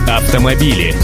Автомобили.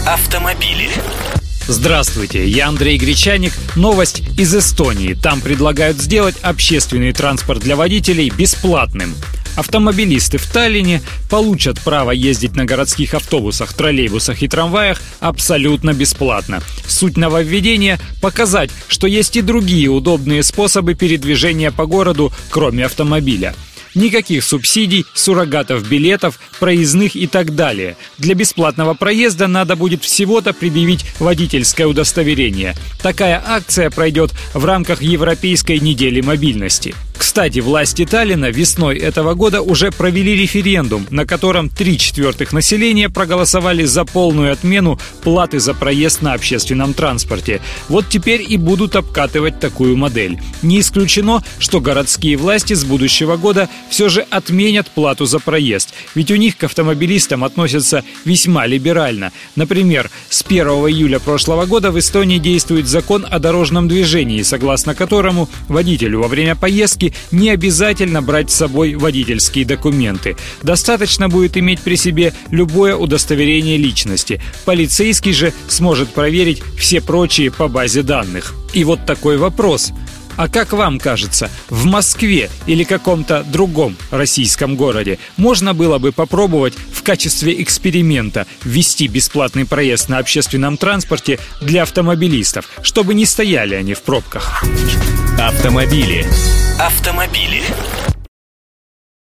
Здравствуйте, я Андрей Гречаник. Новость из Эстонии. Там предлагают сделать общественный транспорт для водителей бесплатным. Автомобилисты в Таллине получат право ездить на городских автобусах, троллейбусах и трамваях абсолютно бесплатно. Суть нововведения – показать, что есть и другие удобные способы передвижения по городу, кроме автомобиля. Никаких субсидий, суррогатов билетов, проездных и так далее. Для бесплатного проезда надо будет всего-то предъявить водительское удостоверение. Такая акция пройдет в рамках Европейской недели мобильности. Кстати, власти Таллина весной этого года уже провели референдум, на котором 3/4 населения проголосовали за полную отмену платы за проезд на общественном транспорте. Вот теперь и будут обкатывать такую модель. Не исключено, что городские власти с будущего года все же отменят плату за проезд, ведь у них к автомобилистам относятся весьма либерально. Например, с 1 июля прошлого года в Эстонии действует закон о дорожном движении, согласно которому водителю во время поездки не обязательно брать с собой водительские документы. Достаточно будет иметь при себе любое удостоверение личности. Полицейский же сможет проверить все прочие по базе данных. И вот такой вопрос. А как вам кажется, в Москве или каком-то другом российском городе можно было бы попробовать в качестве эксперимента ввести бесплатный проезд на общественном транспорте для автомобилистов, чтобы не стояли они в пробках? Автомобили.